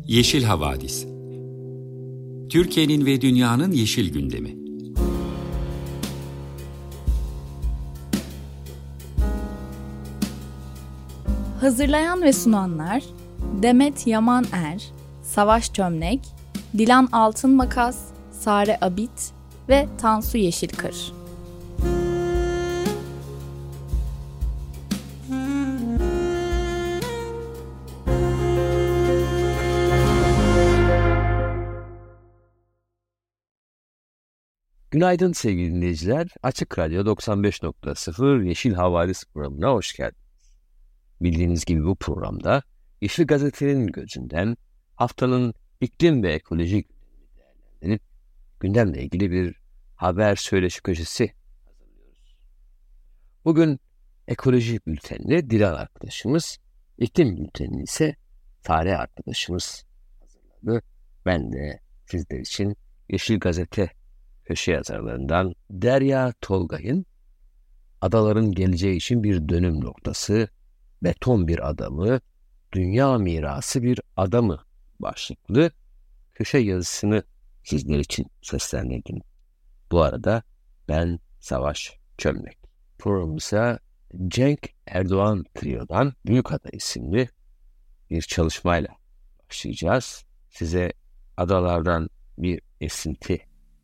Yeşil Havadis. Türkiye'nin ve dünyanın yeşil gündemi. Hazırlayan ve sunanlar Demet Yaman Savaş Çömlek, Dilan Altınmakas, Sare Abit ve Tansu Yeşilkır. Günaydın sevgili dinleyiciler. Açık Radyo 95.0 Yeşil Havadis programına hoş geldiniz. Bildiğiniz gibi bu programda Yeşil Gazete'nin gözünden haftanın iklim ve ekoloji gündemini değerlendirip gündemle ilgili bir haber söyleşi köşesi hazırlıyoruz. Bugün ekoloji bültenini Dilan arkadaşımız, iklim bültenini ise Sare arkadaşımız hazırladı. Ben de sizler için Yeşil Gazete köşe yazarlarından Derya Tolgay'ın Adaların Geleceği için bir Dönüm Noktası, Beton Bir Adamı, Dünya Mirası Bir Adamı başlıklı köşe yazısını sizler için seslendirdim. Bu arada ben Savaş Çömlek. Programımıza Cenk Erdoğan Trio'dan Büyükada isimli bir çalışmayla başlayacağız. Size adalardan bir esinti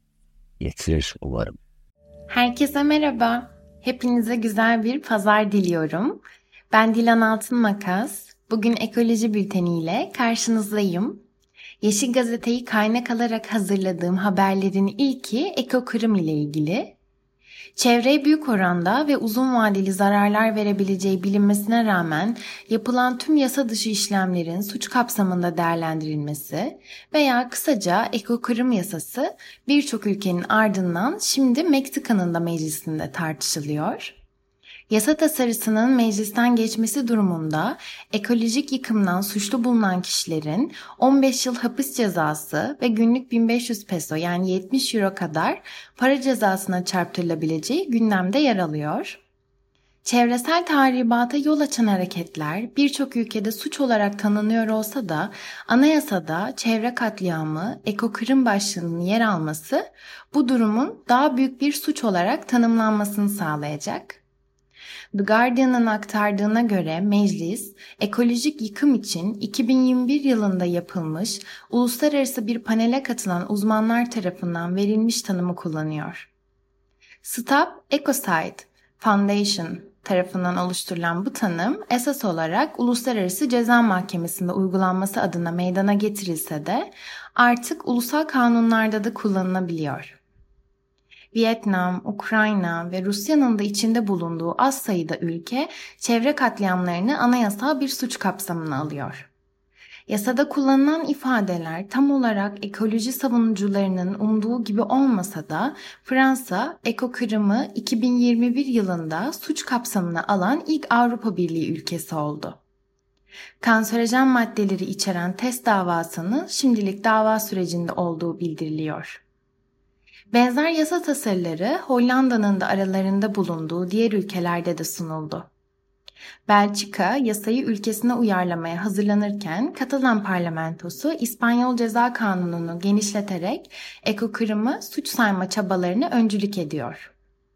getirir umarım. Herkese merhaba. Hepinize güzel bir pazar diliyorum. Ben Dilan Altınmakas. Bugün ekoloji bülteniyle karşınızdayım. Yeşil Gazete'yi kaynak alarak hazırladığım haberlerin ilki ekokırım ile ilgili. Çevreye büyük oranda ve uzun vadeli zararlar verebileceği bilinmesine rağmen yapılan tüm yasa dışı işlemlerin suç kapsamında değerlendirilmesi veya kısaca ekokırım yasası birçok ülkenin ardından şimdi Meksika'nın da meclisinde tartışılıyor. Yasa tasarısının meclisten geçmesi durumunda ekolojik yıkımdan suçlu bulunan kişilerin 15 yıl hapis cezası ve günlük 1500 peso yani 70 euro kadar para cezasına çarptırılabileceği gündemde yer alıyor. Çevresel tahribata yol açan hareketler birçok ülkede suç olarak tanınıyor olsa da anayasada çevre katliamı, ekokırım başlığının yer alması bu durumun daha büyük bir suç olarak tanımlanmasını sağlayacak. The Guardian'ın aktardığına göre meclis, ekolojik yıkım için 2021 yılında yapılmış uluslararası bir panele katılan uzmanlar tarafından verilmiş tanımı kullanıyor. Stop Ecocide Foundation tarafından oluşturulan bu tanım esas olarak Uluslararası Ceza Mahkemesi'nde uygulanması adına meydana getirilse de artık ulusal kanunlarda da kullanılabiliyor. Vietnam, Ukrayna ve Rusya'nın da içinde bulunduğu az sayıda ülke çevre katliamlarını anayasal bir suç kapsamına alıyor. Yasada kullanılan ifadeler tam olarak ekoloji savunucularının umduğu gibi olmasa da Fransa, ekokırımı 2021 yılında suç kapsamına alan ilk Avrupa Birliği ülkesi oldu. Kanserojen maddeleri içeren test davasının şimdilik dava sürecinde olduğu bildiriliyor. Benzer yasa tasarıları Hollanda'nın da aralarında bulunduğu diğer ülkelerde de sunuldu. Belçika yasayı ülkesine uyarlamaya hazırlanırken Katalan parlamentosu İspanyol Ceza Kanunu'nu genişleterek ekokırımı suç sayma çabalarına öncülük ediyor.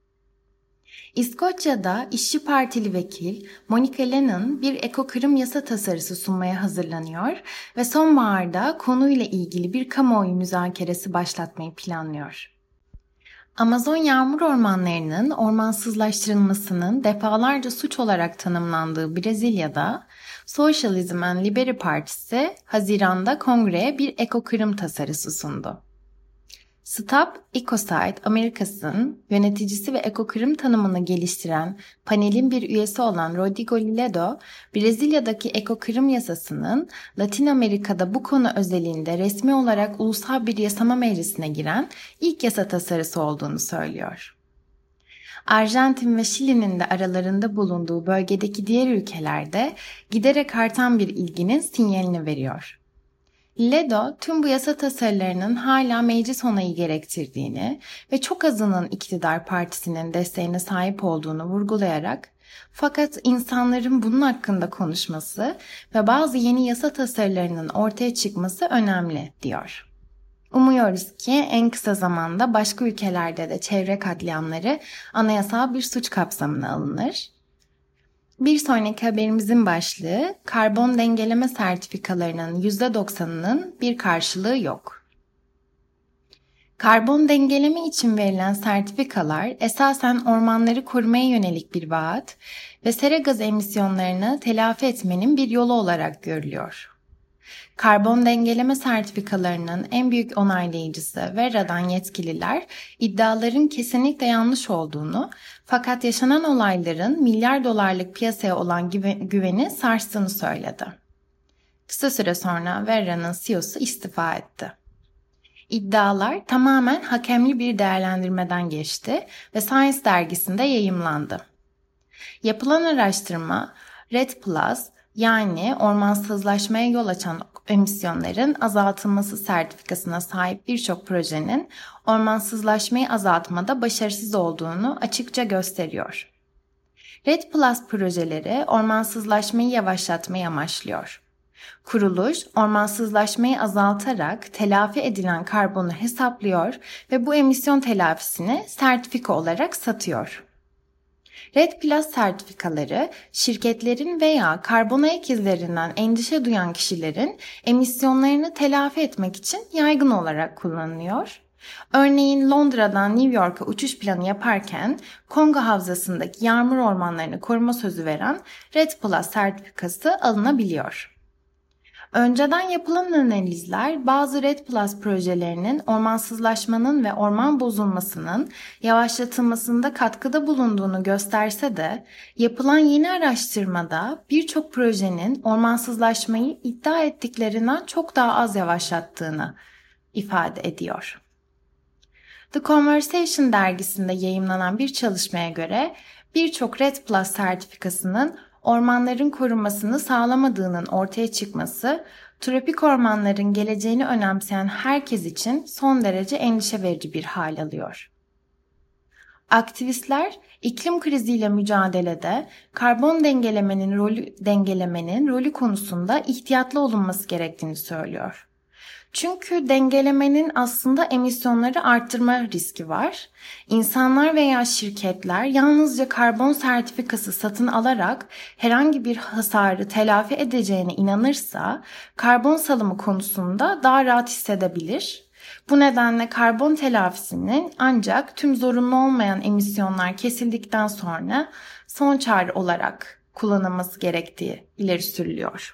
İskoçya'da İşçi Partili vekil Monica Lennon bir ekokırım yasa tasarısı sunmaya hazırlanıyor ve sonbaharda konuyla ilgili bir kamuoyu müzakeresi başlatmayı planlıyor. Amazon yağmur ormanlarının ormansızlaştırılmasının defalarca suç olarak tanımlandığı Brezilya'da Socialism and Liberty Partisi Haziran'da kongreye bir ekokırım tasarısı sundu. Stop Ecocide Americas'ın yöneticisi ve ekokırım tanımını geliştiren panelin bir üyesi olan Rodrigo Liledo, Brezilya'daki ekokırım yasasının Latin Amerika'da bu konu özelinde resmi olarak ulusal bir yasama meclisine giren ilk yasa tasarısı olduğunu söylüyor. Arjantin ve Şili'nin de aralarında bulunduğu bölgedeki diğer ülkelerde giderek artan bir ilginin sinyalini veriyor. Ledo tüm bu yasa tasarılarının hala meclis onayı gerektirdiğini ve çok azının iktidar partisinin desteğine sahip olduğunu vurgulayarak Fakat insanların bunun hakkında konuşması ve bazı yeni yasa tasarılarının ortaya çıkması önemli, diyor. Umuyoruz ki en kısa zamanda başka ülkelerde de çevre katliamları anayasal bir suç kapsamına alınır. Bir sonraki haberimizin başlığı, karbon dengeleme sertifikalarının %90'ının bir karşılığı yok. Karbon dengeleme için verilen sertifikalar esasen ormanları korumaya yönelik bir vaat ve sera gazı emisyonlarını telafi etmenin bir yolu olarak görülüyor. Karbon dengeleme sertifikalarının en büyük onaylayıcısı Verra'dan yetkililer iddiaların kesinlikle yanlış olduğunu, fakat yaşanan olayların milyar dolarlık piyasaya olan güveni sarstığını söyledi. Kısa süre sonra Verra'nın CEO'su istifa etti. İddialar tamamen hakemli bir değerlendirmeden geçti ve Science dergisinde yayımlandı. Yapılan araştırma, REDD+, yani ormansızlaşmaya yol açan emisyonların azaltılması sertifikasına sahip birçok projenin ormansızlaşmayı azaltmada başarısız olduğunu açıkça gösteriyor. REDD+ projeleri ormansızlaşmayı yavaşlatmayı amaçlıyor. Kuruluş, ormansızlaşmayı azaltarak telafi edilen karbonu hesaplıyor ve bu emisyon telafisini sertifika olarak satıyor. REDD+ sertifikaları, şirketlerin veya karbon ayak izlerinden endişe duyan kişilerin emisyonlarını telafi etmek için yaygın olarak kullanılıyor. Örneğin Londra'dan New York'a uçuş planı yaparken Kongo Havzası'ndaki yağmur ormanlarını koruma sözü veren REDD+ sertifikası alınabiliyor. Önceden yapılan analizler bazı REDD+ projelerinin ormansızlaşmanın ve orman bozulmasının yavaşlatılmasında katkıda bulunduğunu gösterse de yapılan yeni araştırmada birçok projenin ormansızlaşmayı iddia ettiklerinden çok daha az yavaşlattığını ifade ediyor. The Conversation dergisinde yayımlanan bir çalışmaya göre birçok REDD+ sertifikasının ormanların korunmasını sağlamadığının ortaya çıkması, tropik ormanların geleceğini önemseyen herkes için son derece endişe verici bir hal alıyor. Aktivistler, iklim kriziyle mücadelede karbon dengelemenin rolü konusunda ihtiyatlı olunması gerektiğini söylüyor. Çünkü dengelemenin aslında emisyonları arttırma riski var. İnsanlar veya şirketler yalnızca karbon sertifikası satın alarak herhangi bir hasarı telafi edeceğine inanırsa karbon salımı konusunda daha rahat hissedebilir. Bu nedenle karbon telafisinin ancak tüm zorunlu olmayan emisyonlar kesildikten sonra son çare olarak kullanılması gerektiği ileri sürülüyor.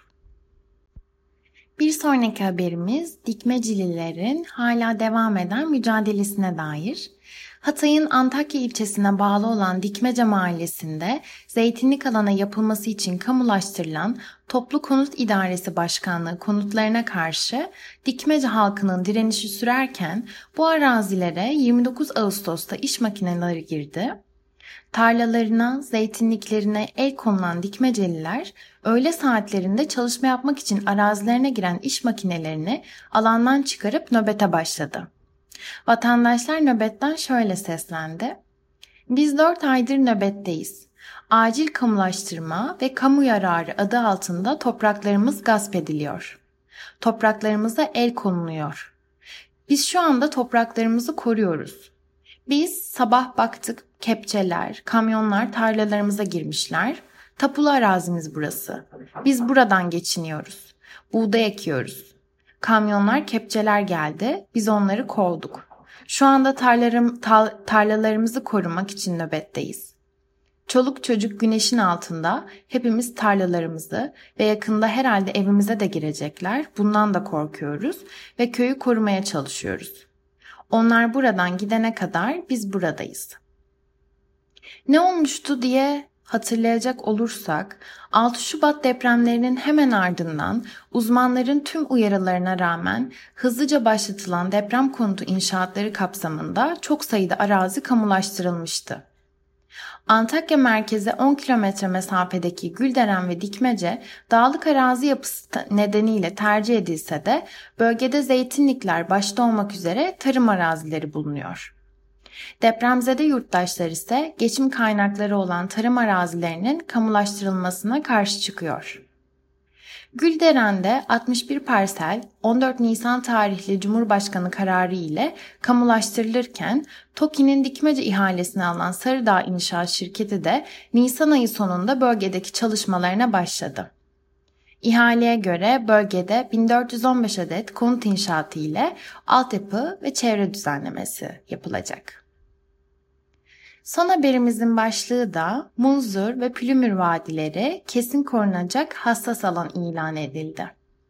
Bir sonraki haberimiz Dikmecililerin hala devam eden mücadelesine dair. Hatay'ın Antakya ilçesine bağlı olan Dikmece Mahallesi'nde zeytinlik alana yapılması için kamulaştırılan Toplu Konut İdaresi Başkanlığı konutlarına karşı Dikmece halkının direnişi sürerken bu arazilere 29 Ağustos'ta iş makineleri girdi. Tarlalarına, zeytinliklerine el konulan Dikmeceliler öğle saatlerinde çalışma yapmak için arazilerine giren iş makinelerini alandan çıkarıp nöbete başladı. Vatandaşlar nöbetten şöyle seslendi: "Biz 4 aydır nöbetteyiz. Acil kamulaştırma ve kamu yararı adı altında topraklarımız gasp ediliyor. Topraklarımıza el konuluyor. Biz şu anda topraklarımızı koruyoruz. Biz sabah baktık, kepçeler, kamyonlar tarlalarımıza girmişler. Tapulu arazimiz burası. Biz buradan geçiniyoruz. Buğday ekiyoruz. Kamyonlar, kepçeler geldi. Biz onları kovduk. Şu anda tarlalarımızı korumak için nöbetteyiz. Çoluk çocuk güneşin altında, hepimiz tarlalarımızı ve yakında herhalde evimize de girecekler. Bundan da korkuyoruz ve köyü korumaya çalışıyoruz. Onlar buradan gidene kadar biz buradayız." Ne olmuştu diye hatırlayacak olursak, 6 Şubat depremlerinin hemen ardından uzmanların tüm uyarılarına rağmen hızlıca başlatılan deprem konutu inşaatları kapsamında çok sayıda arazi kamulaştırılmıştı. Antakya merkeze 10 kilometre mesafedeki Gülderen ve Dikmece dağlık arazi yapısı nedeniyle tercih edilse de bölgede zeytinlikler başta olmak üzere tarım arazileri bulunuyor. Depremzede yurttaşlar ise geçim kaynakları olan tarım arazilerinin kamulaştırılmasına karşı çıkıyor. Gülderen'de 61 parsel 14 Nisan tarihli Cumhurbaşkanı kararı ile kamulaştırılırken TOKİ'nin dikmece ihalesini alan Sarıdağ İnşaat Şirketi de Nisan ayı sonunda bölgedeki çalışmalarına başladı. İhaleye göre bölgede 1415 adet konut inşaatı ile altyapı ve çevre düzenlemesi yapılacak. Son haberimizin başlığı da Munzur ve Pülümür vadileri kesin korunacak hassas alan ilan edildi.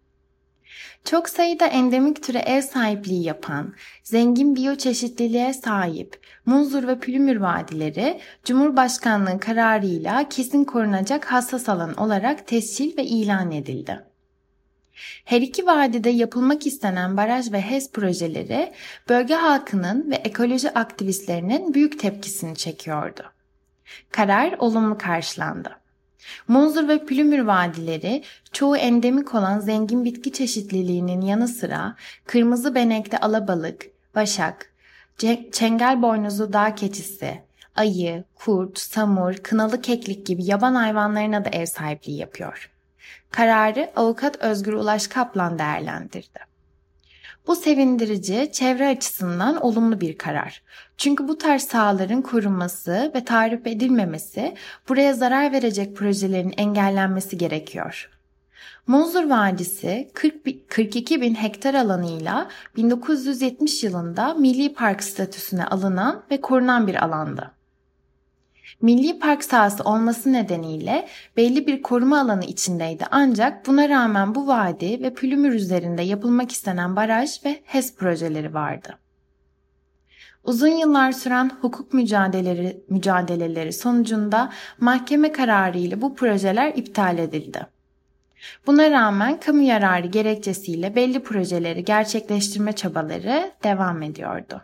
Çok sayıda endemik türe ev sahipliği yapan, zengin biyoçeşitliliğe sahip Munzur ve Pülümür vadileri Cumhurbaşkanlığı kararıyla kesin korunacak hassas alan olarak tescil ve ilan edildi. Her iki vadide yapılmak istenen baraj ve HES projeleri bölge halkının ve ekoloji aktivistlerinin büyük tepkisini çekiyordu. Karar olumlu karşılandı. Munzur ve Pülümür vadileri çoğu endemik olan zengin bitki çeşitliliğinin yanı sıra kırmızı benekli alabalık, vaşak, çengel boynuzlu dağ keçisi, ayı, kurt, samur, kınalı keklik gibi yaban hayvanlarına da ev sahipliği yapıyor. Kararı avukat Özgür Ulaş Kaplan değerlendirdi. Bu sevindirici, çevre açısından olumlu bir karar. Çünkü bu tarz sahaların korunması ve tahrip edilmemesi, buraya zarar verecek projelerin engellenmesi gerekiyor. Munzur Vadisi 42 bin hektar alanıyla 1970 yılında Milli Park statüsüne alınan ve korunan bir alandı. Milli park sahası olması nedeniyle belli bir koruma alanı içindeydi ancak buna rağmen bu vadi ve Pülümür üzerinde yapılmak istenen baraj ve HES projeleri vardı. Uzun yıllar süren hukuk mücadeleleri sonucunda mahkeme kararı ile bu projeler iptal edildi. Buna rağmen kamu yararı gerekçesiyle belli projeleri gerçekleştirme çabaları devam ediyordu.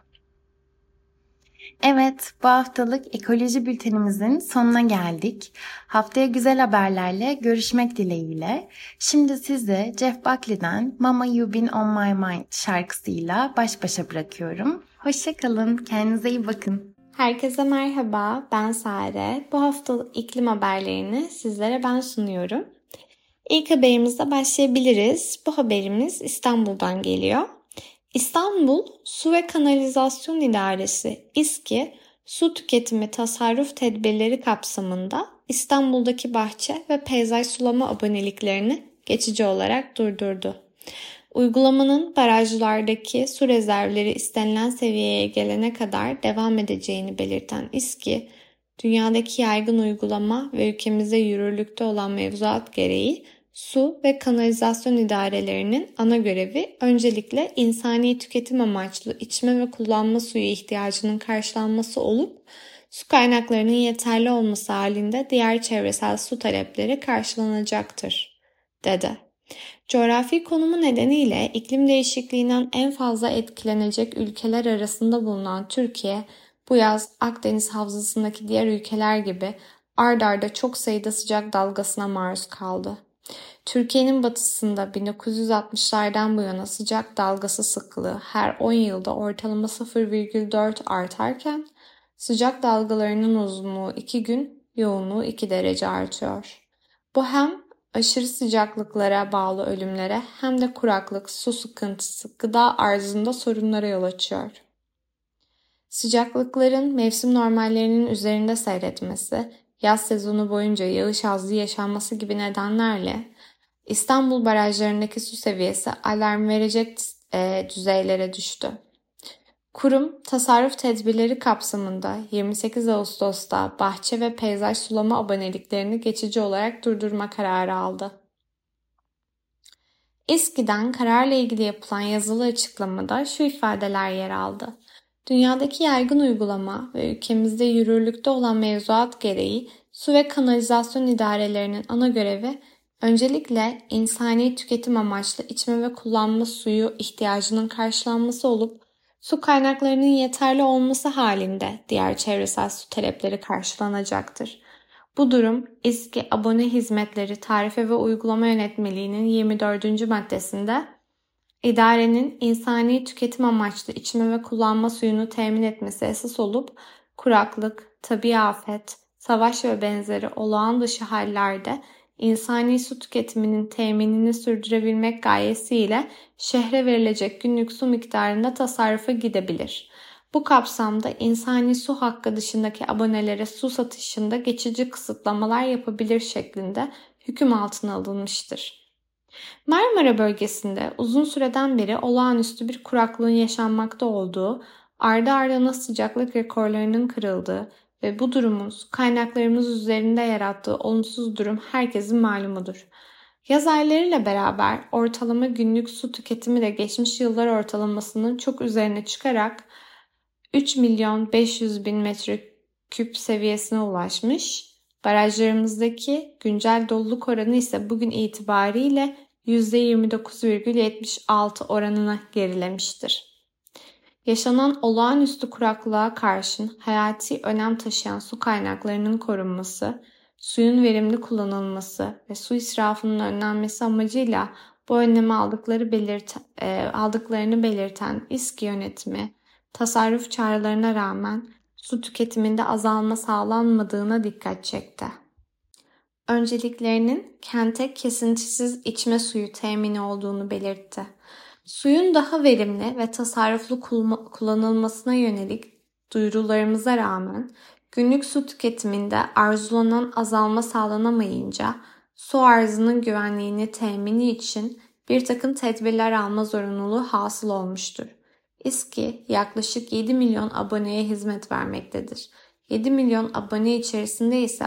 Evet, bu haftalık ekoloji bültenimizin sonuna geldik. Haftaya güzel haberlerle görüşmek dileğiyle. Şimdi sizi Jeff Buckley'den Mama You Been On My Mind şarkısıyla baş başa bırakıyorum. Hoşça kalın, kendinize iyi bakın. Herkese merhaba, ben Sare. Bu haftalık iklim haberlerini sizlere ben sunuyorum. İlk haberimizle başlayabiliriz. Bu haberimiz İstanbul'dan geliyor. İstanbul Su ve Kanalizasyon İdaresi İSKİ, su tüketimi tasarruf tedbirleri kapsamında İstanbul'daki bahçe ve peyzaj sulama aboneliklerini geçici olarak durdurdu. Uygulamanın barajlardaki su rezervleri istenilen seviyeye gelene kadar devam edeceğini belirten İSKİ, dünyadaki yaygın uygulama ve ülkemizde yürürlükte olan mevzuat gereği su ve kanalizasyon idarelerinin ana görevi öncelikle insani tüketim amaçlı içme ve kullanma suyu ihtiyacının karşılanması olup su kaynaklarının yeterli olması halinde diğer çevresel su talepleri karşılanacaktır, dedi. Coğrafi konumu nedeniyle iklim değişikliğinden en fazla etkilenecek ülkeler arasında bulunan Türkiye, bu yaz Akdeniz Havzası'ndaki diğer ülkeler gibi ard arda çok sayıda sıcak dalgasına maruz kaldı. Türkiye'nin batısında 1960'lardan bu yana sıcak dalgası sıklığı her 10 yılda ortalama 0,4 artarken sıcak dalgalarının uzunluğu 2 gün, yoğunluğu 2 derece artıyor. Bu hem aşırı sıcaklıklara bağlı ölümlere hem de kuraklık, su sıkıntısı, gıda arzında sorunlara yol açıyor. Sıcaklıkların mevsim normallerinin üzerinde seyretmesi, yaz sezonu boyunca yağış azlığı yaşanması gibi nedenlerle İstanbul barajlarındaki su seviyesi alarm verecek düzeylere düştü. Kurum, tasarruf tedbirleri kapsamında 28 Ağustos'ta bahçe ve peyzaj sulama aboneliklerini geçici olarak durdurma kararı aldı. İSKİ'den kararla ilgili yapılan yazılı açıklamada şu ifadeler yer aldı. Dünyadaki yaygın uygulama ve ülkemizde yürürlükte olan mevzuat gereği su ve kanalizasyon idarelerinin ana görevi öncelikle insani tüketim amaçlı içme ve kullanma suyu ihtiyacının karşılanması olup su kaynaklarının yeterli olması halinde diğer çevresel su talepleri karşılanacaktır. Bu durum İSKİ Abone Hizmetleri Tarife ve Uygulama Yönetmeliği'nin 24. maddesinde İdarenin insani tüketim amaçlı içme ve kullanma suyunu temin etmesi esas olup kuraklık, tabii afet, savaş ve benzeri olağan dışı hallerde insani su tüketiminin teminini sürdürebilmek gayesiyle şehre verilecek günlük su miktarında tasarrufa gidebilir. Bu kapsamda insani su hakkı dışındaki abonelere su satışında geçici kısıtlamalar yapabilir şeklinde hüküm altına alınmıştır. Marmara bölgesinde uzun süreden beri olağanüstü bir kuraklığın yaşanmakta olduğu, ardı ardına sıcaklık rekorlarının kırıldığı ve bu durumun kaynaklarımız üzerinde yarattığı olumsuz durum herkesin malumudur. Yaz aylarıyla beraber ortalama günlük su tüketimi de geçmiş yıllar ortalamasının çok üzerine çıkarak 3.500.000 metreküp seviyesine ulaşmış. Barajlarımızdaki güncel doluluk oranı ise bugün itibariyle %29,76 oranına gerilemiştir. Yaşanan olağanüstü kuraklığa karşın hayati önem taşıyan su kaynaklarının korunması, suyun verimli kullanılması ve su israfının önlenmesi amacıyla bu önlemi aldıklarını belirten İSKİ yönetimi, tasarruf çağrılarına rağmen su tüketiminde azalma sağlanmadığına dikkat çekti. Önceliklerinin kente kesintisiz içme suyu temini olduğunu belirtti. Suyun daha verimli ve tasarruflu kullanılmasına yönelik duyurularımıza rağmen günlük su tüketiminde arzulanan azalma sağlanamayınca su arzının güvenliğini temini için bir takım tedbirler alma zorunluluğu hasıl olmuştur. İSKİ yaklaşık 7 milyon aboneye hizmet vermektedir. 7 milyon abone içerisinde ise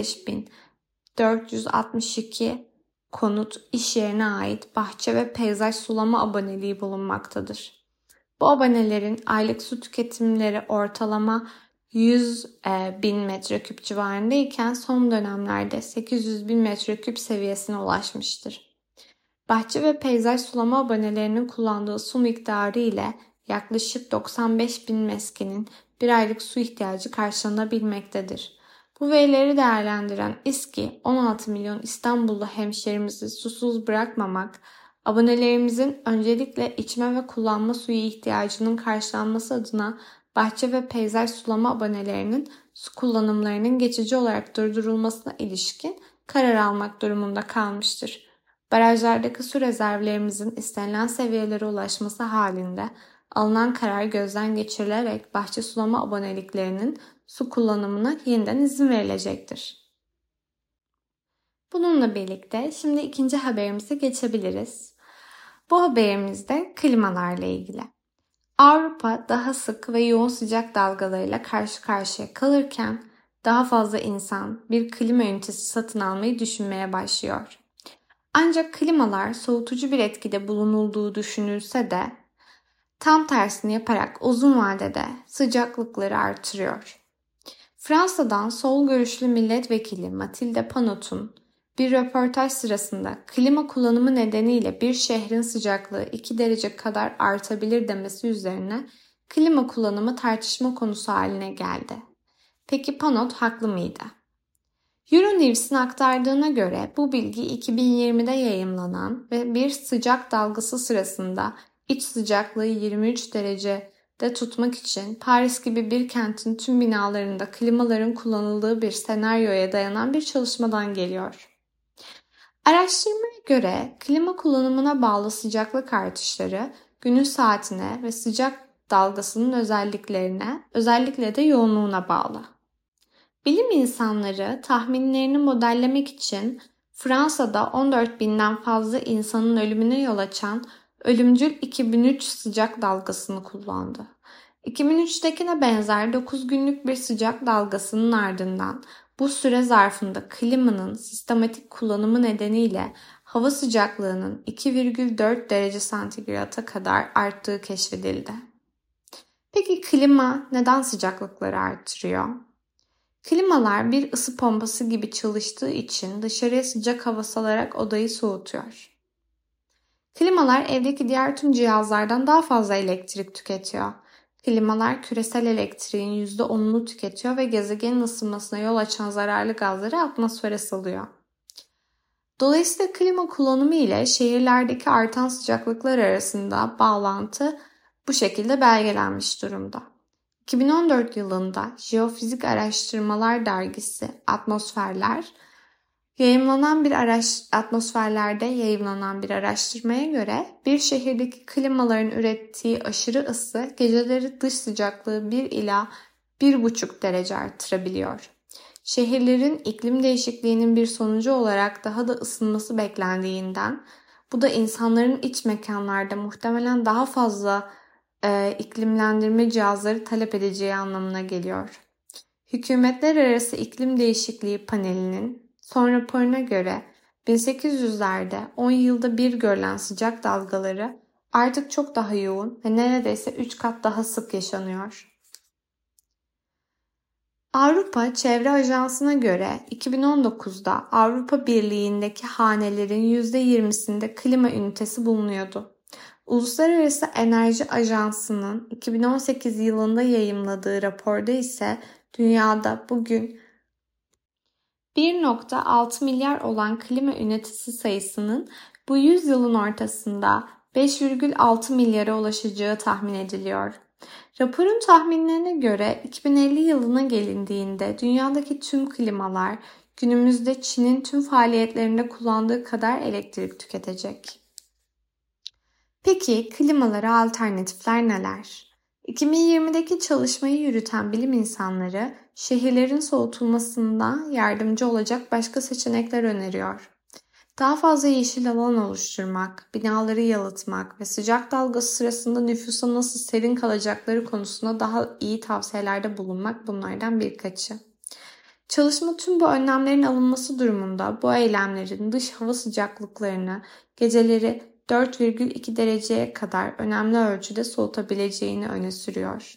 15.462 konut, iş yerine ait bahçe ve peyzaj sulama aboneliği bulunmaktadır. Bu abonelerin aylık su tüketimleri ortalama 100.000 metreküp civarındayken son dönemlerde 800.000 metreküp seviyesine ulaşmıştır. Bahçe ve peyzaj sulama abonelerinin kullandığı su miktarı ile yaklaşık 95.000 meskinin bir aylık su ihtiyacı karşılanabilmektedir. Bu verileri değerlendiren İSKİ, 16 milyon İstanbullu hemşerimizi susuz bırakmamak, abonelerimizin öncelikle içme ve kullanma suyu ihtiyacının karşılanması adına bahçe ve peyzaj sulama abonelerinin su kullanımlarının geçici olarak durdurulmasına ilişkin karar almak durumunda kalmıştır. Barajlardaki su rezervlerimizin istenilen seviyelere ulaşması halinde alınan karar gözden geçirilerek bahçe sulama aboneliklerinin su kullanımına yeniden izin verilecektir. Bununla birlikte şimdi ikinci haberimize geçebiliriz. Bu haberimizde klimalarla ilgili. Avrupa daha sık ve yoğun sıcak dalgalarıyla karşı karşıya kalırken daha fazla insan bir klima ünitesi satın almayı düşünmeye başlıyor. Ancak klimalar soğutucu bir etkide bulunulduğu düşünülse de tam tersini yaparak uzun vadede sıcaklıkları artırıyor. Fransa'dan sol görüşlü milletvekili Mathilde Panot'un bir röportaj sırasında klima kullanımı nedeniyle bir şehrin sıcaklığı 2 derece kadar artabilir demesi üzerine klima kullanımı tartışma konusu haline geldi. Peki Panot haklı mıydı? Euronews'in aktardığına göre bu bilgi 2020'de yayımlanan ve bir sıcak dalgası sırasında iç sıcaklığı 23 derecede tutmak için Paris gibi bir kentin tüm binalarında klimaların kullanıldığı bir senaryoya dayanan bir çalışmadan geliyor. Araştırmaya göre klima kullanımına bağlı sıcaklık artışları günün saatine ve sıcak dalgasının özelliklerine, özellikle de yoğunluğuna bağlı. Bilim insanları tahminlerini modellemek için Fransa'da 14.000'den fazla insanın ölümüne yol açan ölümcül 2003 sıcak dalgasını kullandı. 2003'tekine benzer 9 günlük bir sıcak dalgasının ardından bu süre zarfında klimanın sistematik kullanımı nedeniyle hava sıcaklığının 2,4 derece santigrata kadar arttığı keşfedildi. Peki klima neden sıcaklıkları artırıyor? Klimalar bir ısı pompası gibi çalıştığı için dışarıya sıcak hava salarak odayı soğutuyor. Klimalar evdeki diğer tüm cihazlardan daha fazla elektrik tüketiyor. Klimalar küresel elektriğin %10'unu tüketiyor ve gezegenin ısınmasına yol açan zararlı gazları atmosfere salıyor. Dolayısıyla klima kullanımı ile şehirlerdeki artan sıcaklıklar arasında bağlantı bu şekilde belgelenmiş durumda. 2014 yılında Jeofizik Araştırmalar Dergisi atmosferlerde yayımlanan bir araştırmaya göre bir şehirdeki klimaların ürettiği aşırı ısı geceleri dış sıcaklığı 1 ila 1,5 derece arttırabiliyor. Şehirlerin iklim değişikliğinin bir sonucu olarak daha da ısınması beklendiğinden, bu da insanların iç mekanlarda muhtemelen daha fazla iklimlendirme cihazları talep edeceği anlamına geliyor. Hükümetler Arası İklim Değişikliği Paneli'nin son raporuna göre 1800'lerde 10 yılda bir görülen sıcak dalgaları artık çok daha yoğun ve neredeyse 3 kat daha sık yaşanıyor. Avrupa Çevre Ajansı'na göre 2019'da Avrupa Birliği'ndeki hanelerin %20'sinde klima ünitesi bulunuyordu. Uluslararası Enerji Ajansı'nın 2018 yılında yayımladığı raporda ise dünyada bugün 1,6 milyar olan klima ünitesi sayısının bu yüzyılın ortasında 5,6 milyara ulaşacağı tahmin ediliyor. Raporun tahminlerine göre 2050 yılına gelindiğinde dünyadaki tüm klimalar günümüzde Çin'in tüm faaliyetlerinde kullandığı kadar elektrik tüketecek. Peki klimalara alternatifler neler? 2020'deki çalışmayı yürüten bilim insanları şehirlerin soğutulmasında yardımcı olacak başka seçenekler öneriyor. Daha fazla yeşil alan oluşturmak, binaları yalıtmak ve sıcak dalgası sırasında nüfusa nasıl serin kalacakları konusunda daha iyi tavsiyelerde bulunmak bunlardan birkaçı. Çalışma tüm bu önlemlerin alınması durumunda bu eylemlerin dış hava sıcaklıklarını geceleri 4,2 dereceye kadar önemli ölçüde soğutabileceğini öne sürüyor.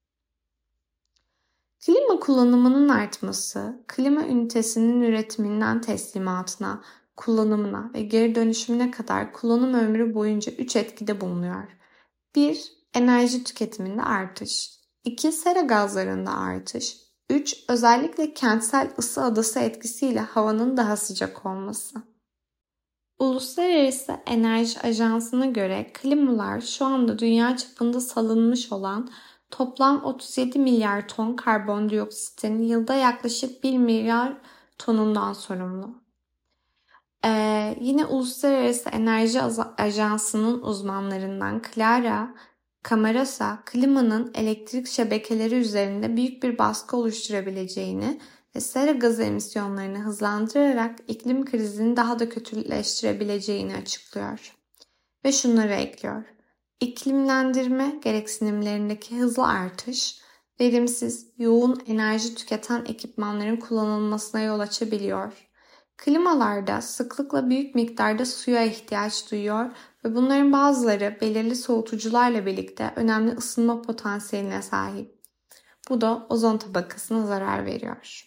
Klima kullanımının artması, klima ünitesinin üretiminden teslimatına, kullanımına ve geri dönüşümüne kadar kullanım ömrü boyunca 3 etkide bulunuyor. 1. Enerji tüketiminde artış. 2. Sera gazlarında artış. 3. Özellikle kentsel ısı adası etkisiyle havanın daha sıcak olması. Uluslararası Enerji Ajansı'na göre klimalar şu anda dünya çapında salınmış olan toplam 37 milyar ton karbondioksitin yılda yaklaşık 1 milyar tonundan sorumlu. Yine Uluslararası Enerji Ajansı'nın uzmanlarından Clara Camarasa, klimanın elektrik şebekeleri üzerinde büyük bir baskı oluşturabileceğini ve sera gazı emisyonlarını hızlandırarak iklim krizini daha da kötüleştirebileceğini açıklıyor. Ve şunları ekliyor. İklimlendirme gereksinimlerindeki hızlı artış, verimsiz, yoğun enerji tüketen ekipmanların kullanılmasına yol açabiliyor. Klimalarda sıklıkla büyük miktarda suya ihtiyaç duyuyor ve bunların bazıları belirli soğutucularla birlikte önemli ısınma potansiyeline sahip. Bu da ozon tabakasına zarar veriyor.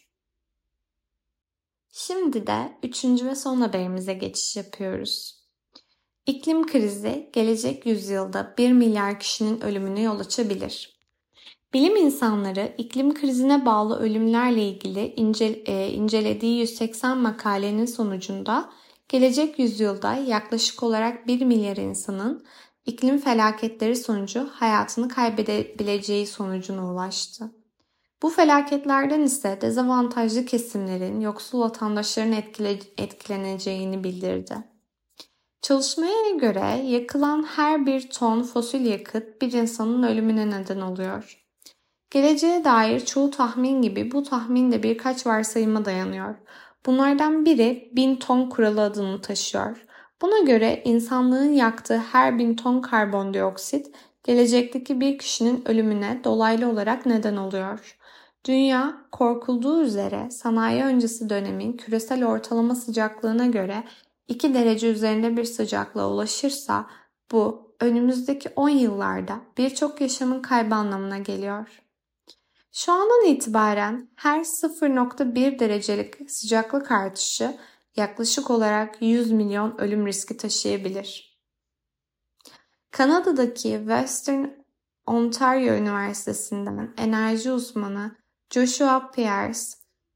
Şimdi de 3. ve son haberimize geçiş yapıyoruz. İklim krizi gelecek yüzyılda 1 milyar kişinin ölümüne yol açabilir. Bilim insanları iklim krizine bağlı ölümlerle ilgili incelediği 180 makalenin sonucunda gelecek yüzyılda yaklaşık olarak 1 milyar insanın iklim felaketleri sonucu hayatını kaybedebileceği sonucuna ulaştı. Bu felaketlerden ise dezavantajlı kesimlerin, yoksul vatandaşların etkileneceğini bildirdi. Çalışmaya göre yakılan her bir ton fosil yakıt bir insanın ölümüne neden oluyor. Geleceğe dair çoğu tahmin gibi bu tahmin de birkaç varsayıma dayanıyor. Bunlardan biri 1000 ton kuralı adını taşıyor. Buna göre insanlığın yaktığı her 1000 ton karbondioksit gelecekteki bir kişinin ölümüne dolaylı olarak neden oluyor. Dünya, korkulduğu üzere sanayi öncesi dönemin küresel ortalama sıcaklığına göre 2 derece üzerinde bir sıcaklığa ulaşırsa bu önümüzdeki 10 yıllarda birçok yaşamın kaybı anlamına geliyor. Şu andan itibaren her 0,1 derecelik sıcaklık artışı yaklaşık olarak 100 milyon ölüm riski taşıyabilir. Kanada'daki Western Ontario Üniversitesi'nden enerji uzmanı Joshua Pearce,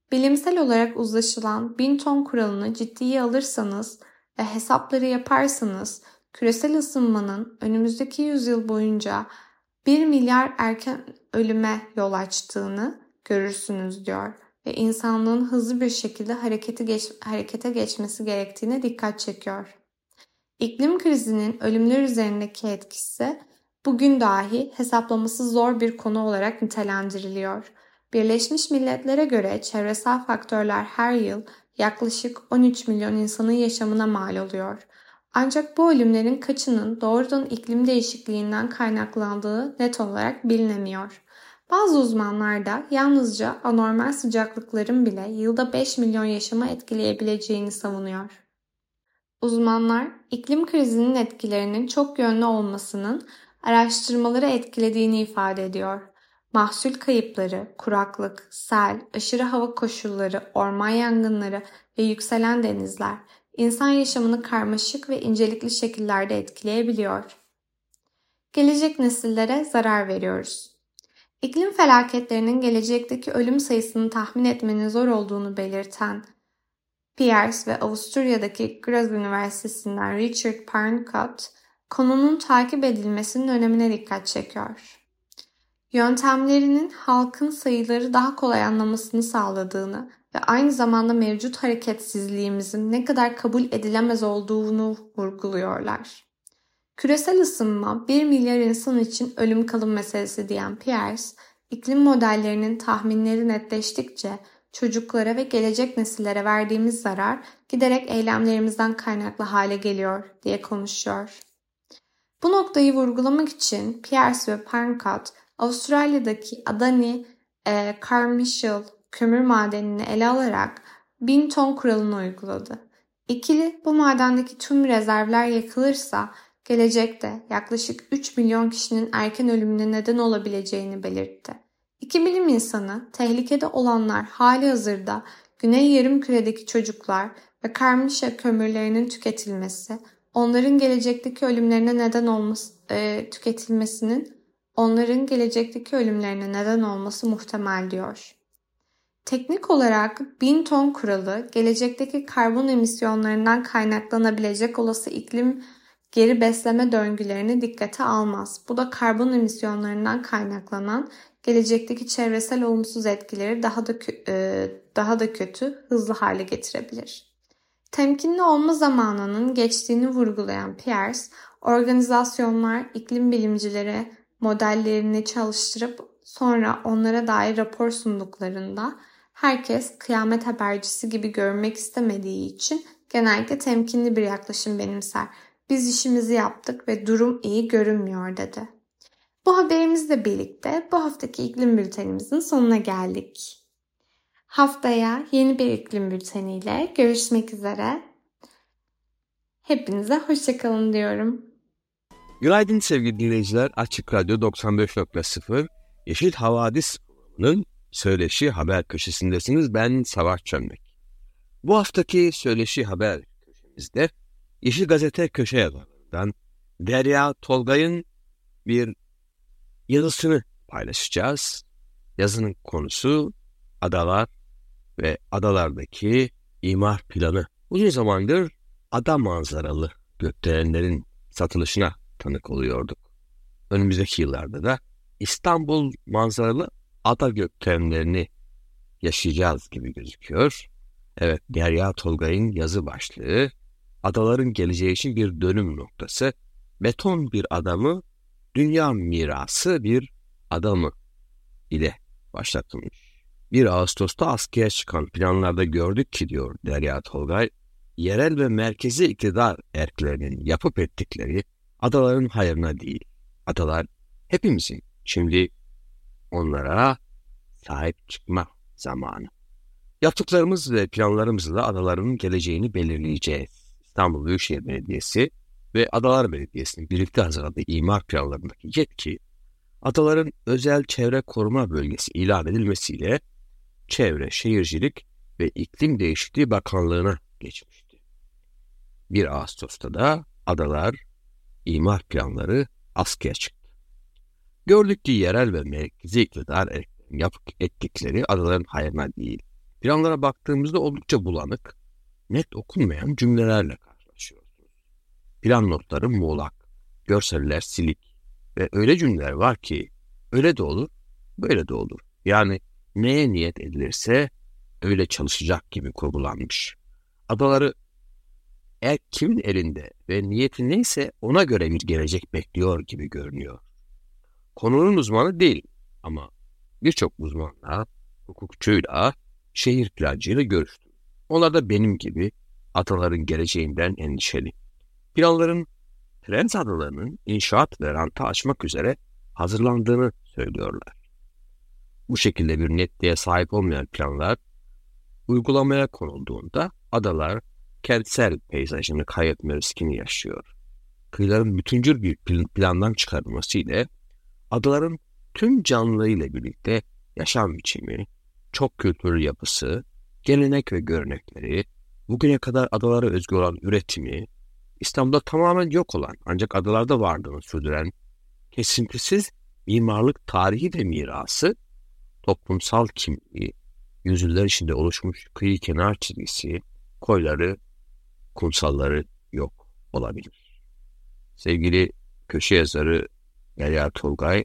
Bilimsel olarak uzlaşılan 1000 ton kuralını ciddiye alırsanız ve hesapları yaparsanız küresel ısınmanın önümüzdeki yüzyıl boyunca 1 milyar erken ölüme yol açtığını görürsünüz diyor ve insanlığın hızlı bir şekilde harekete geçmesi gerektiğine dikkat çekiyor. İklim krizinin ölümler üzerindeki etkisi bugün dahi hesaplaması zor bir konu olarak nitelendiriliyor. Birleşmiş Milletler'e göre çevresel faktörler her yıl yaklaşık 13 milyon insanın yaşamına mal oluyor. Ancak bu ölümlerin kaçının doğrudan iklim değişikliğinden kaynaklandığı net olarak bilinemiyor. Bazı uzmanlar da yalnızca anormal sıcaklıkların bile yılda 5 milyon yaşamı etkileyebileceğini savunuyor. Uzmanlar, iklim krizinin etkilerinin çok yönlü olmasının araştırmaları etkilediğini ifade ediyor. Mahsul kayıpları, kuraklık, sel, aşırı hava koşulları, orman yangınları ve yükselen denizler insan yaşamını karmaşık ve incelikli şekillerde etkileyebiliyor. Gelecek nesillere zarar veriyoruz. İklim felaketlerinin gelecekteki ölüm sayısını tahmin etmenin zor olduğunu belirten Pearce ve Avusturya'daki Graz Üniversitesi'nden Richard Parncott, konunun takip edilmesinin önemine dikkat çekiyor. Yöntemlerinin halkın sayıları daha kolay anlamasını sağladığını ve aynı zamanda mevcut hareketsizliğimizin ne kadar kabul edilemez olduğunu vurguluyorlar. Küresel ısınma 1 milyar insan için ölüm kalım meselesi diyen Pearce, iklim modellerinin tahminleri netleştikçe çocuklara ve gelecek nesillere verdiğimiz zarar giderek eylemlerimizden kaynaklı hale geliyor diye konuşuyor. Bu noktayı vurgulamak için Pearce ve Parncott, Avustralya'daki Adani Carmichael kömür madenini ele alarak 1000 ton kuralını uyguladı. İkili bu madendeki tüm rezervler yakılırsa gelecekte yaklaşık 3 milyon kişinin erken ölümüne neden olabileceğini belirtti. İki bilim insanı tehlikede olanlar halihazırda Güney Yarımküre'deki çocuklar ve Carmichael kömürlerinin tüketilmesi, onların gelecekteki ölümlerine neden olması muhtemel diyor. Teknik olarak 1000 ton kuralı gelecekteki karbon emisyonlarından kaynaklanabilecek olası iklim geri besleme döngülerini dikkate almaz. Bu da karbon emisyonlarından kaynaklanan gelecekteki çevresel olumsuz etkileri daha da kötü, hızlı hale getirebilir. Temkinli olma zamanının geçtiğini vurgulayan Pearce, organizasyonlar iklim bilimcileri modellerini çalıştırıp sonra onlara dair rapor sunduklarında herkes kıyamet habercisi gibi görünmek istemediği için genellikle temkinli bir yaklaşım benimser. Biz işimizi yaptık ve durum iyi görünmüyor dedi. Bu haberimizle birlikte bu haftaki iklim bültenimizin sonuna geldik. Haftaya yeni bir iklim bülteniyle görüşmek üzere. Hepinize hoşçakalın diyorum. Günaydın sevgili dinleyiciler. Açık Radyo 95.0 Yeşil Havadis programının Söyleşi Haber köşesindesiniz. Ben Savaş Çömlek. Bu haftaki Söyleşi Haber köşemizde Yeşil Gazete köşe yazarlarından Derya Tolgay'ın bir yazısını paylaşacağız. Yazının konusu adalar ve adalardaki imar planı. Uzun zamandır ada manzaralı gökdelenlerin satılışına tanık oluyorduk. Önümüzdeki yıllarda da İstanbul manzaralı ada gökdelenlerini yaşayacağız gibi gözüküyor. Evet, Derya Tolgay'ın yazı başlığı adaların geleceği için bir dönüm noktası. Beton bir adamı, dünya mirası bir adamı ile başlatılmış. 1 Ağustos'ta askıya çıkan planlarda gördük ki diyor Derya Tolgay, yerel ve merkezi iktidar erklerinin yapıp ettikleri adaların hayrına değil. Adalar hepimizin. Şimdi onlara sahip çıkma zamanı. Yaptıklarımız ve planlarımızla adaların geleceğini belirleyeceğiz. İstanbul Büyükşehir Belediyesi ve Adalar Belediyesi'nin birlikte hazırladığı imar planlarındaki yetki, adaların özel çevre koruma bölgesi ilan edilmesiyle Çevre, Şehircilik ve İklim Değişikliği Bakanlığı'na geçmişti. 1 Ağustos'ta da adalar imar planları askıya çıktı. Gördük ki yerel ve merkezi iktidar yapıp ettikleri adaların hayrına değil. Planlara baktığımızda oldukça bulanık, net okunmayan cümlelerle karşılaşıyorsunuz. Plan notları muğlak, görseller silik ve öyle cümleler var ki öyle de olur, böyle de olur. Yani neye niyet edilirse öyle çalışacak gibi kurgulanmış. Adaları eğer kimin elinde ve niyeti neyse ona göre bir gelecek bekliyor gibi görünüyor. Konunun uzmanı değil ama birçok uzmanla, hukukçuyla, şehir plancıyla görüştüm. Onlar da benim gibi adaların geleceğinden endişeli. Planların Trens adalarının inşaat ve ranta açmak üzere hazırlandığını söylüyorlar. Bu şekilde bir netliğe sahip olmayan planlar uygulamaya konulduğunda adalar kentsel peyzajını kaybetme riskini yaşıyor. Kıyıların bütüncül bir plandan çıkarılması ile adaların tüm canlılarıyla birlikte yaşam biçimi, çok kültürlü yapısı, gelenek ve görenekleri, bugüne kadar adalara özgü olan üretimi, İstanbul'da tamamen yok olan ancak adalarda varlığını sürdüren kesintisiz mimarlık tarihi ve mirası, toplumsal kimliği, yüzyıllar içinde oluşmuş kıyı kenar çizgisi, koyları, kumsalları yok olabilir. Sevgili köşe yazarı Derya Turgay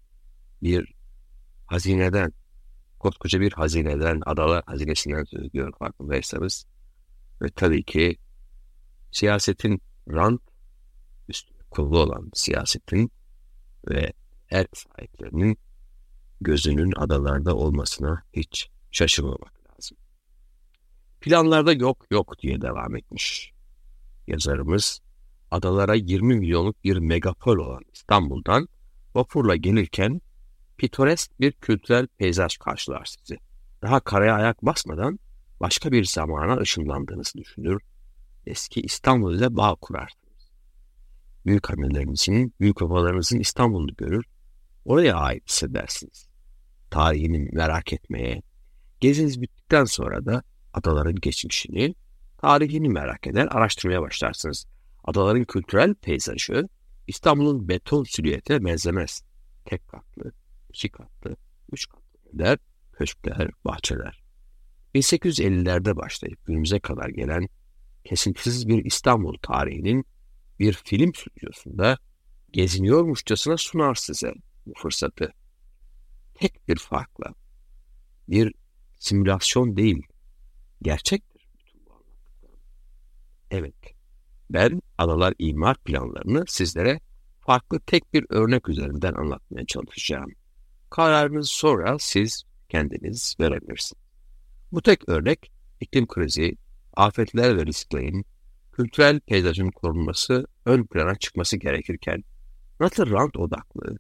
bir hazineden, koskoca bir hazineden, adalar hazinesinden söz ediyor farkındaysanız. Ve tabii ki siyasetin rant üstüne kurulu olan siyasetin ve ev sahiplerinin gözünün adalarda olmasına hiç şaşırmamak lazım. Planlarda yok diye devam etmiş yazarımız. Adalara 20 milyonluk bir megapol olan İstanbul'dan vapurla gelirken pitoresk bir kültürel peyzaj karşılar sizi. Daha karaya ayak basmadan başka bir zamana ışınlandığınızı düşünür, eski İstanbul ile bağ kurarsınız. Büyük annelerinizin, büyük babalarınızın İstanbul'unu görür, oraya ait hissedersiniz. Tarihini merak etmeye, geziniz bittikten sonra da adaların geçmişini, tarihini merak eder, araştırmaya başlarsınız. Adaların kültürel peyzajı İstanbul'un beton silüetine benzemez. Tek katlı, 2 katlı, 3 katlı evler, köşkler, bahçeler. 1850'lerde başlayıp günümüze kadar gelen kesintisiz bir İstanbul tarihinin bir film stüdyosunda geziniyormuşçasına sunar size bu fırsatı. Tek bir farkla, bir simülasyon değil, gerçektir bütün bu anlattıklarım. Evet, ben adalar imar planlarını sizlere farklı tek bir örnek üzerinden anlatmaya çalışacağım. Kararınızı sonra siz kendiniz verebilirsiniz. Bu tek örnek iklim krizi, afetler ve risklerin, kültürel peyzajın korunması ön plana çıkması gerekirken nasıl rant odaklı,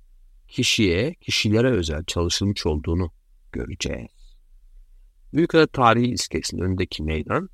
kişilere özel çalışılmış olduğunu göreceğiz. Büyükada tarihi iskelesinin önündeki meydan,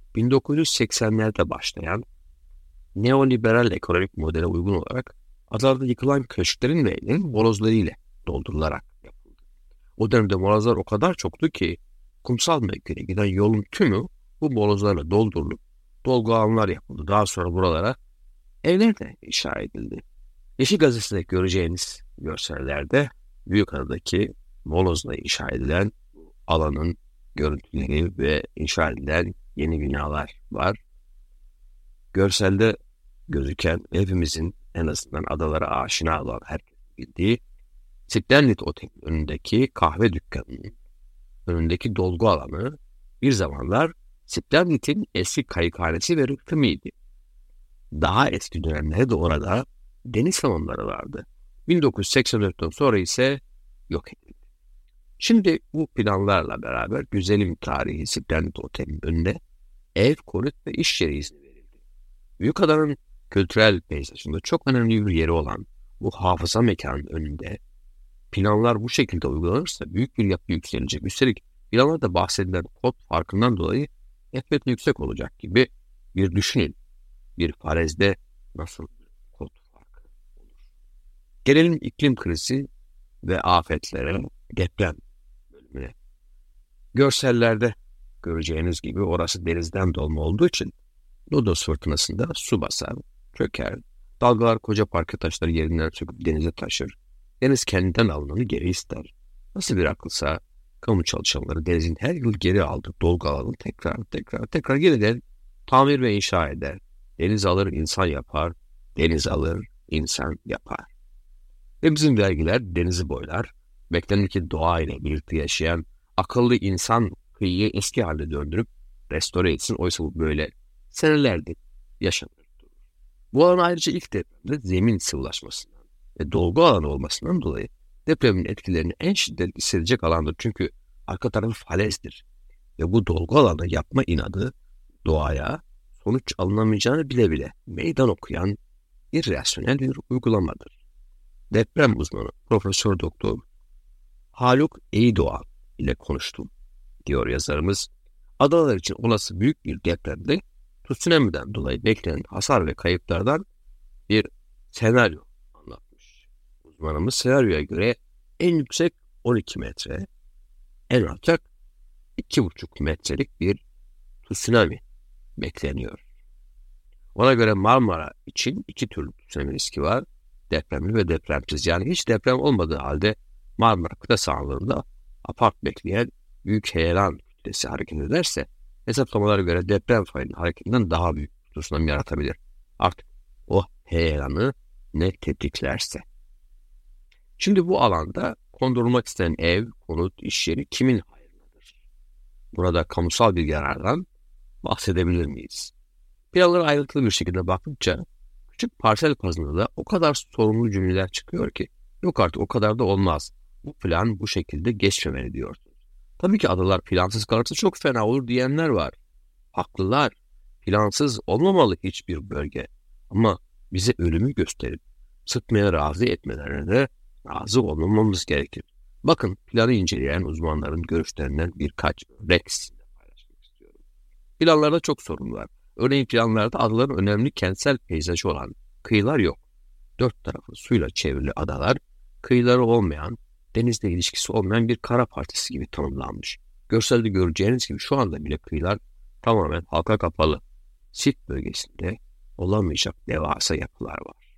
1980'lerde başlayan neoliberal ekonomik modele uygun olarak adalarda yıkılan köşklerin ve evlerin molozlarıyla doldurularak yapıldı. O dönemde molozlar o kadar çoktu ki kumsal mevkine giden yolun tümü bu molozlarla doldurulup dolgu alanlar yapıldı. Daha sonra buralara evler de inşa edildi. Yeşil Gazetesi'nde göreceğiniz görsellerde Büyükada'daki molozla inşa edilen alanın görüntüleri ve inşa edilen yeni binalar var. Görselde gözüken hepimizin en azından adalara aşina olan herkes bildiği Splendid Otel'in önündeki kahve dükkanının önündeki dolgu alanı bir zamanlar Splendid'in eski kayıkhanesi ve rıhtımıydı. Daha eski dönemlerde de orada deniz salonları vardı. 1984'ten sonra ise yok edildi. Şimdi bu planlarla beraber güzelim tarihi Splendid Otel'in önüne ev, konut ve iş yeri izni verildi. Büyükada'nın kültürel peyzajında çok önemli bir yeri olan bu hafıza mekanının önünde planlar bu şekilde uygulanırsa büyük bir yapı yükselecek. Üstelik planlarda bahsedilen kod farkından dolayı enflasyon yüksek olacak gibi bir düşünün. Bir farezde nasıl bir kod farkı olur? Gelelim iklim krizi ve afetlere, deprem bölümüne. Görsellerde göreceğiniz gibi orası denizden dolma olduğu için Lodos fırtınasında su basar, çöker, dalgalar koca parke taşları yerinden söküp denize taşır. Deniz kendinden alınanı geri ister. Nasıl bir akılsa kamu çalışanları denizin her yıl geri aldığı dolgu alanını tekrar yeniden tamir ve inşa eder. Deniz alır, insan yapar. Deniz alır, insan yapar. Ve bizim vergiler denizi boylar. Beklenir ki doğa ile birlikte yaşayan akıllı insan kıyıyı eski haline döndürüp restore etsin. Oysa bu böyle senelerdir yaşanır. Bu alan ayrıca ilk depremde zemin sıvılaşmasından ve dolgu alanı olmasından dolayı depremin etkilerini en şiddetli hissedecek alandır. Çünkü arka tarafı falezdir. Ve bu dolgu alanı yapma inadı doğaya sonuç alınamayacağını bile bile meydan okuyan irrasyonel bir uygulamadır. Deprem uzmanı Profesör Doktor Haluk Eydoğan ile konuştum, diyor yazarımız. Adalar için olası büyük bir depremde tsunami'den dolayı beklenen hasar ve kayıplardan bir senaryo anlatmış. Uzmanımız senaryoya göre en yüksek 12 metre, en alçak 2,5 metrelik bir tsunami bekleniyor. Ona göre Marmara için 2 türlü tsunami riski var. Depremli ve depremsiz. Yani hiç deprem olmadığı halde Marmara kıta sahanlığında apart bekleyen büyük heyelan kütlesi hareket ederse hesaplamalara göre deprem fayının hareketinden daha büyük tsunami yaratabilir. Artık o heyelanı ne tetiklerse. Şimdi bu alanda kondurulmak istenen ev, konut, iş yeri kimin hayrınadır? Burada kamusal bir yarardan bahsedebilir miyiz? Planlara ayrıntılı bir şekilde bakınca küçük parsel bazında o kadar sorumlu cümleler çıkıyor ki yok artık o kadar da olmaz. Bu plan bu şekilde geçmemeli diyorsunuz. Tabii ki adalar plansız kalırsa çok fena olur diyenler var. Haklılar. Plansız olmamalı hiçbir bölge. Ama bize ölümü gösterip sıkmaya razı etmelerine de razı olmamamız gerekir. Bakın planı inceleyen uzmanların görüşlerinden birkaç örnek sizinle paylaşmak istiyorum. Planlarda çok sorun var. Örneğin planlarda adaların önemli kentsel peyzajı olan kıyılar yok. 4 tarafı suyla çevrili adalar, kıyıları olmayan, denizle ilişkisi olmayan bir kara partisi gibi tanımlanmış. Görselde göreceğiniz gibi şu anda bile kıyılar tamamen halka kapalı. Sit bölgesinde olamayacak devasa yapılar var.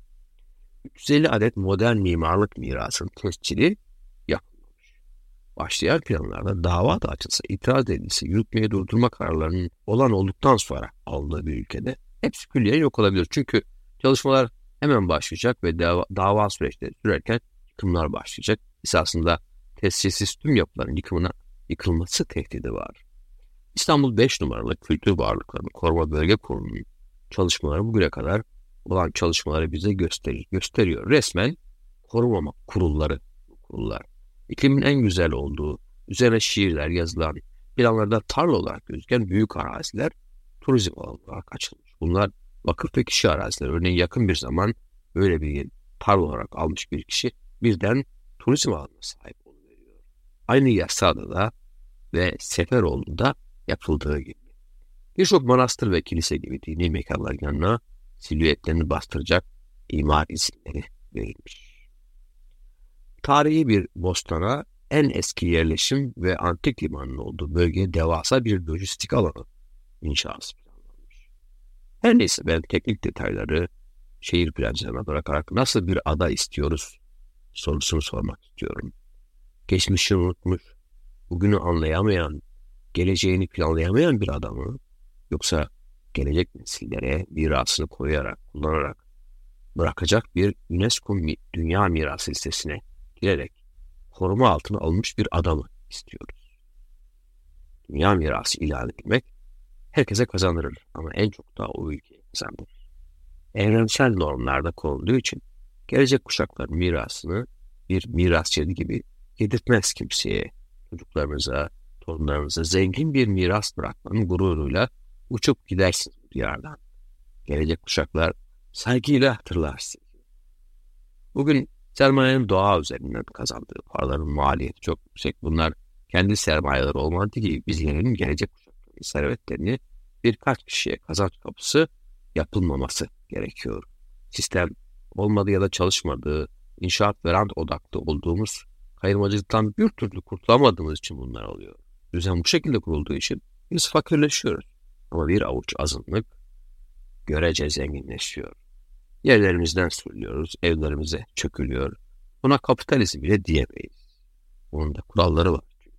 350 adet modern mimarlık mirasının tescili yapılmış. Başlayan planlarda dava da açılsa, itiraz edilse, yürütmeyi durdurma kararlarının olan olduktan sonra alındığı bir ülkede hepsi külliyen yok olabilir. Çünkü çalışmalar hemen başlayacak ve dava süreçleri sürerken yıkımlar başlayacak. Esasında tescilsiz tüm yapıların yıkılması tehdidi var. İstanbul 5 numaralı Kültür Varlıklarını Koruma Bölge Kurulu'nun çalışmaları bugüne kadar olan çalışmaları bize gösteriyor. Resmen korumama kurullar. İklimin en güzel olduğu, üzerine şiirler yazılan, planlarda tarla olarak gözüken büyük araziler turizm alanı olarak açılmış. Bunlar vakıf ve kişi arazileri. Örneğin yakın bir zaman böyle bir tarla olarak almış bir kişi birden turizm alanına sahip oluveriyor. Aynı Yassıada'da ve Seferoğlu'nda yapıldığı gibi. Birçok manastır ve kilise gibi dini mekanların yanına silüetlerini bastıracak imar isimleri verilmiş. Tarihi bir bostana en eski yerleşim ve antik limanın olduğu bölgeye devasa bir lojistik alanı inşası planlanmış. Her neyse ben teknik detayları şehir plancılarına bırakarak nasıl bir ada istiyoruz sorusunu sormak istiyorum. Geçmişini unutmuş, bugünü anlayamayan, geleceğini planlayamayan bir adamı, yoksa gelecek nesillere mirasını kullanarak bırakacak bir UNESCO Dünya Mirası listesine girerek koruma altına alınmış bir adamı istiyoruz. Dünya mirası ilan edilmek herkese kazandırır ama en çok da o ülkeye kazandırır. Evrensel normlarda konulduğu için gelecek kuşakların mirasını bir mirasçı gibi yedirtmez kimseye. Çocuklarınıza, torunlarınıza zengin bir miras bırakmanın gururuyla uçup gidersiniz bu diyardan. Gelecek kuşaklar saygıyla hatırlar sizi. Bugün sermayenin doğa üzerinden kazandığı paraların maliyeti çok yüksek. Bunlar kendi sermayeleri olmadığı gibi bizlerin gelecek kuşakların servetlerini birkaç kişiye kazanç kapısı yapılmaması gerekiyor. Sistem olmadığı ya da çalışmadığı, inşaat ve rant odaklı olduğumuz kayırmacılıktan bir türlü kurtulamadığımız için bunlar oluyor. Düzen bu şekilde kurulduğu için biz fakirleşiyoruz. Ama bir avuç azınlık görece zenginleşiyor. Yerlerimizden sürülüyoruz, evlerimize çökülüyor. Buna kapitalizm bile diyemeyiz. Bunun da kuralları var çünkü.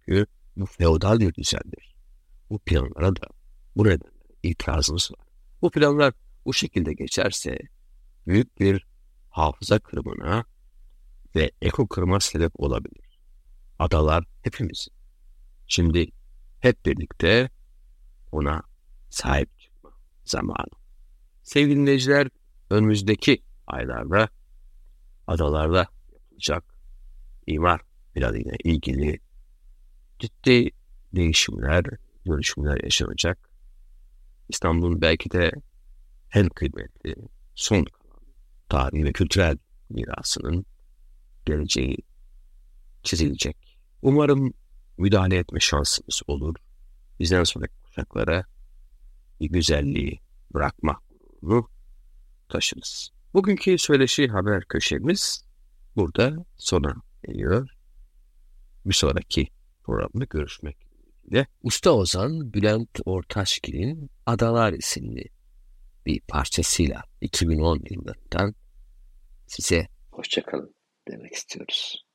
Çünkü bu feodal bir düzendir. Bu planlara da bu nedenle itirazımız var. Bu planlar bu şekilde geçerse büyük bir hafıza kırımına ve eko kırıma sebep olabilir. Adalar hepimizin. Şimdi hep birlikte ona sahip çıkma zamanı. Sevgili dinleyiciler, önümüzdeki aylarda adalarda yapılacak imar planıyla ilgili ciddi değişimler, dönüşümler yaşanacak. İstanbul'un belki de en kıymetli, son kalan tarihi ve kültürel mirasının geleceği çizilecek. Umarım müdahale etme şansımız olur. Bizden sonraki kuşaklara bir güzelliği bırakma gururunu taşırız. Bugünkü söyleşi haber köşemiz burada sona eriyor. Bir sonraki programda görüşmek dileğiyle. Usta ozan Bülent Ortaçgil'in Adalar isimli bir parçasıyla 2010 yıllarından size hoşça kalın demek istiyoruz.